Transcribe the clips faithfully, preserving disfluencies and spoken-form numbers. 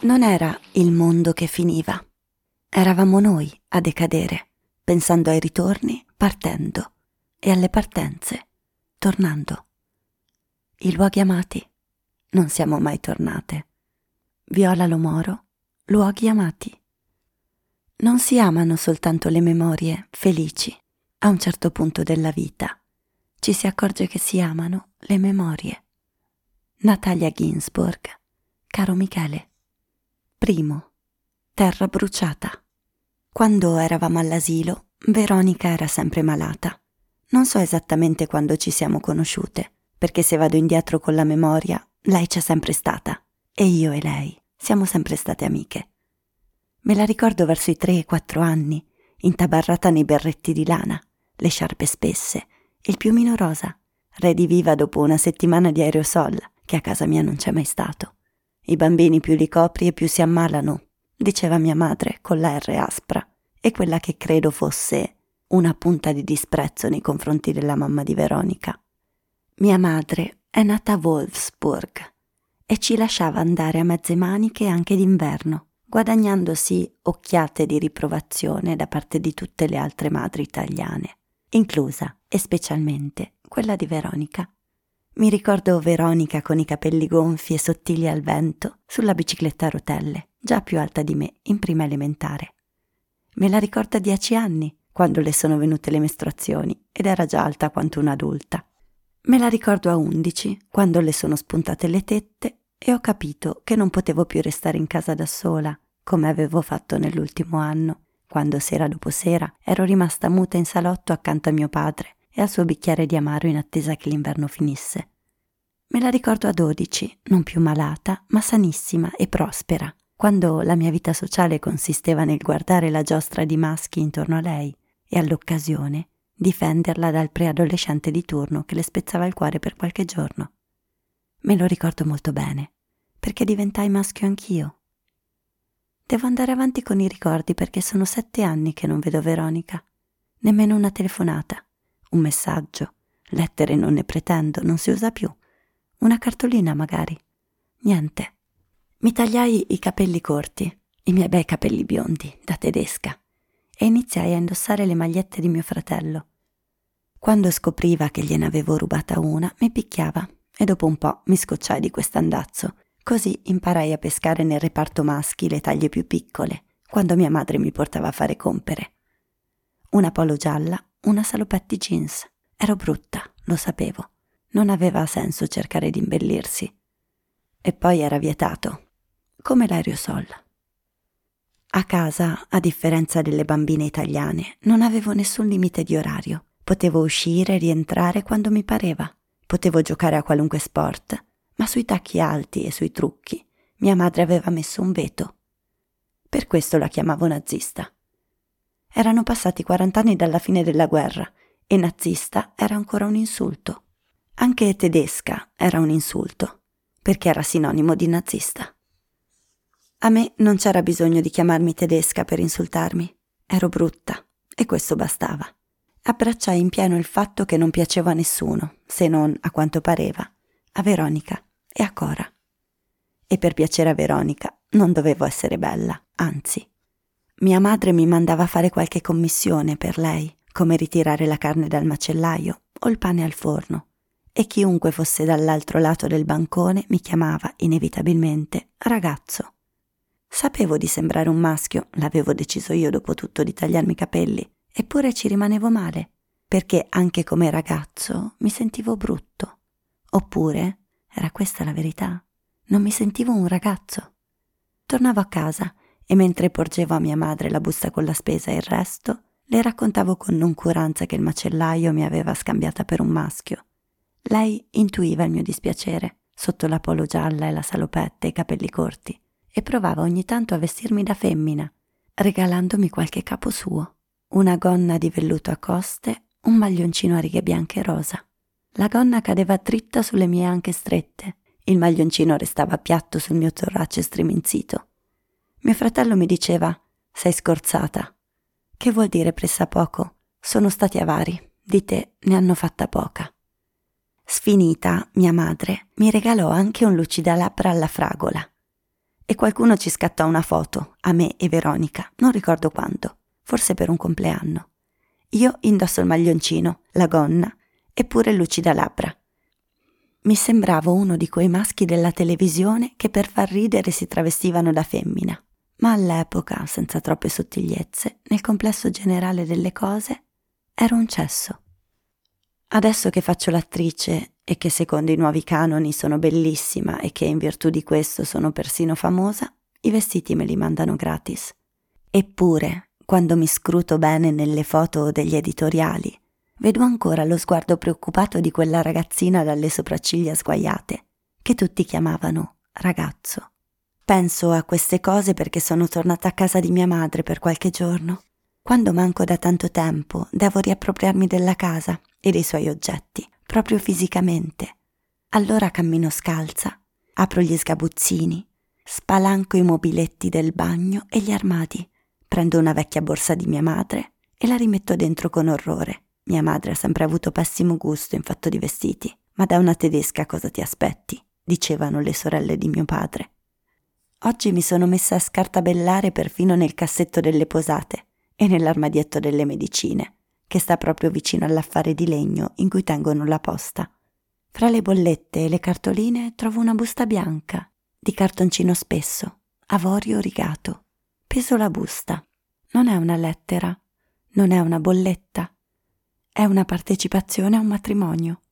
Non era il mondo che finiva. Eravamo noi a decadere, pensando ai ritorni, partendo, e alle partenze, tornando. I luoghi amati, non siamo mai tornate. Viola Lo Moro, luoghi amati. Non si amano soltanto le memorie felici. A un certo punto della vita ci si accorge che si amano le memorie. Natalia Ginzburg, caro Michele. Primo, terra bruciata. Quando eravamo all'asilo, Veronica era sempre malata. Non so esattamente quando ci siamo conosciute, perché se vado indietro con la memoria, lei c'è sempre stata. E io e lei siamo sempre state amiche. Me la ricordo verso i tre quattro anni, intabarrata nei berretti di lana, le sciarpe spesse, il piumino rosa, rediviva dopo una settimana di aerosol, che a casa mia non c'è mai stato. I bambini più li copri e più si ammalano, diceva mia madre con la R aspra, e quella che credo fosse una punta di disprezzo nei confronti della mamma di Veronica. Mia madre è nata a Wolfsburg e ci lasciava andare a mezze maniche anche d'inverno, guadagnandosi occhiate di riprovazione da parte di tutte le altre madri italiane, inclusa e specialmente quella di Veronica. Mi ricordo Veronica con i capelli gonfi e sottili al vento sulla bicicletta a rotelle, già più alta di me, in prima elementare. Me la ricordo a dieci anni, quando le sono venute le mestruazioni, ed era già alta quanto un'adulta. Me la ricordo a undici, quando le sono spuntate le tette e ho capito che non potevo più restare in casa da sola, come avevo fatto nell'ultimo anno, quando sera dopo sera ero rimasta muta in salotto accanto a mio padre e al suo bicchiere di amaro in attesa che l'inverno finisse. Me la ricordo a dodici, non più malata, ma sanissima e prospera, quando la mia vita sociale consisteva nel guardare la giostra di maschi intorno a lei e all'occasione difenderla dal preadolescente di turno che le spezzava il cuore per qualche giorno. Me lo ricordo molto bene, perché diventai maschio anch'io. Devo andare avanti con i ricordi perché sono sette anni che non vedo Veronica, nemmeno una telefonata. Un messaggio, lettere non ne pretendo, non si usa più. Una cartolina magari. Niente. Mi tagliai i capelli corti, i miei bei capelli biondi, da tedesca, e iniziai a indossare le magliette di mio fratello. Quando scopriva che gliene avevo rubata una, mi picchiava, e dopo un po' mi scocciai di quest'andazzo. Così imparai a pescare nel reparto maschi le taglie più piccole, quando mia madre mi portava a fare compere. Una polo gialla, una salopetti jeans. Ero brutta, lo sapevo. Non aveva senso cercare di imbellirsi. E poi era vietato, come l'aerosol. A casa, a differenza delle bambine italiane, non avevo nessun limite di orario. Potevo uscire e rientrare quando mi pareva. Potevo giocare a qualunque sport, ma sui tacchi alti e sui trucchi mia madre aveva messo un veto. Per questo la chiamavo nazista. Erano passati quarant'anni dalla fine della guerra e nazista era ancora un insulto. Anche tedesca era un insulto, perché era sinonimo di nazista. A me non c'era bisogno di chiamarmi tedesca per insultarmi. Ero brutta e questo bastava. Abbracciai in pieno il fatto che non piacevo a nessuno, se non, a quanto pareva, a Veronica e a Cora. E per piacere a Veronica non dovevo essere bella, anzi. Mia madre mi mandava a fare qualche commissione per lei, come ritirare la carne dal macellaio o il pane al forno, e chiunque fosse dall'altro lato del bancone mi chiamava inevitabilmente ragazzo. Sapevo di sembrare un maschio, l'avevo deciso io dopo tutto di tagliarmi i capelli, eppure ci rimanevo male, perché anche come ragazzo mi sentivo brutto. Oppure, era questa la verità, non mi sentivo un ragazzo. Tornavo a casa e mentre porgevo a mia madre la busta con la spesa e il resto, le raccontavo con noncuranza che il macellaio mi aveva scambiata per un maschio. Lei intuiva il mio dispiacere, sotto la polo gialla e la salopette e i capelli corti, e provava ogni tanto a vestirmi da femmina, regalandomi qualche capo suo, una gonna di velluto a coste, un maglioncino a righe bianche e rosa. La gonna cadeva dritta sulle mie anche strette, il maglioncino restava piatto sul mio torace striminzito. Mio fratello mi diceva: «Sei scorzata». Che vuol dire pressappoco? Sono stati avari, di te ne hanno fatta poca. Sfinita, mia madre mi regalò anche un lucidalabbra alla fragola. e qualcuno ci scattò una foto, a me e Veronica, non ricordo quando, forse per un compleanno. Io indosso il maglioncino, la gonna e pure il lucida labbra. Mi sembravo uno di quei maschi della televisione che per far ridere si travestivano da femmina, ma all'epoca, senza troppe sottigliezze, nel complesso generale delle cose, ero un cesso. Adesso che faccio l'attrice e che secondo i nuovi canoni sono bellissima e che in virtù di questo sono persino famosa, i vestiti me li mandano gratis. Eppure, quando mi scruto bene nelle foto degli editoriali, vedo ancora lo sguardo preoccupato di quella ragazzina dalle sopracciglia sguaiate, che tutti chiamavano ragazzo. Penso a queste cose perché sono tornata a casa di mia madre per qualche giorno. Quando manco da tanto tempo, devo riappropriarmi della casa e dei suoi oggetti, proprio fisicamente. Allora cammino scalza, apro gli sgabuzzini, spalanco i mobiletti del bagno e gli armadi, prendo una vecchia borsa di mia madre e la rimetto dentro con orrore. Mia madre ha sempre avuto pessimo gusto in fatto di vestiti, ma da una tedesca cosa ti aspetti? Dicevano le sorelle di mio padre. Oggi mi sono messa a scartabellare perfino nel cassetto delle posate e nell'armadietto delle medicine, che sta proprio vicino all'affare di legno in cui tengono la posta. Fra le bollette e le cartoline trovo una busta bianca, di cartoncino spesso, avorio rigato. Peso la busta. Non è una lettera, non è una bolletta, è una partecipazione a un matrimonio.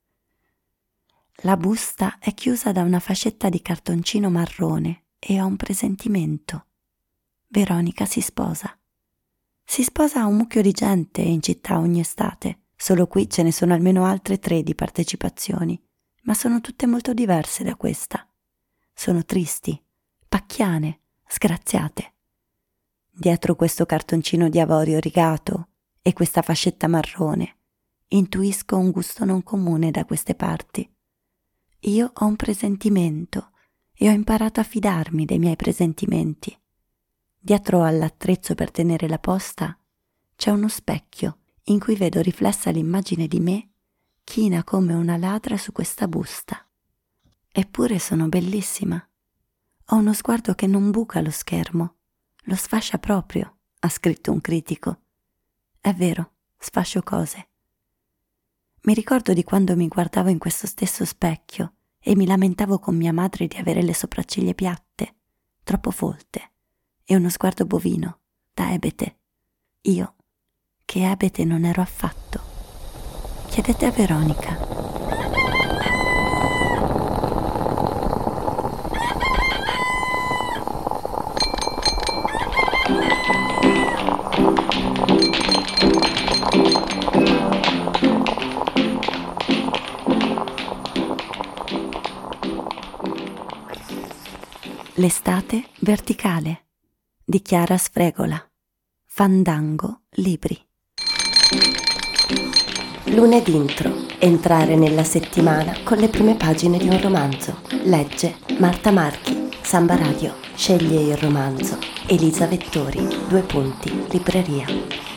La busta è chiusa da una fascetta di cartoncino marrone e ho un presentimento. Veronica si sposa. Si sposa a un mucchio di gente in città ogni estate. Solo qui ce ne sono almeno altre tre di partecipazioni, ma sono tutte molto diverse da questa. Sono tristi, pacchiane, sgraziate. Dietro questo cartoncino di avorio rigato e questa fascetta marrone intuisco un gusto non comune da queste parti. Io ho un presentimento e ho imparato a fidarmi dei miei presentimenti. Dietro all'attrezzo per tenere la posta c'è uno specchio in cui vedo riflessa l'immagine di me china come una ladra su questa busta. Eppure sono bellissima. Ho uno sguardo che non buca lo schermo, lo sfascia proprio, ha scritto un critico. È vero, sfascio cose. Mi ricordo di quando mi guardavo in questo stesso specchio e mi lamentavo con mia madre di avere le sopracciglia piatte, troppo folte, e uno sguardo bovino, da ebete. Io, che ebete non ero affatto. Chiedete a Veronica. L'estate verticale di Chiara Sfregola. Fandango Libri. Lunedì intro. Entrare nella settimana con le prime pagine di un romanzo. Legge Marta Marchi. Samba Radio. Sceglie il romanzo. Elisa Vettori. Due punti. Libreria.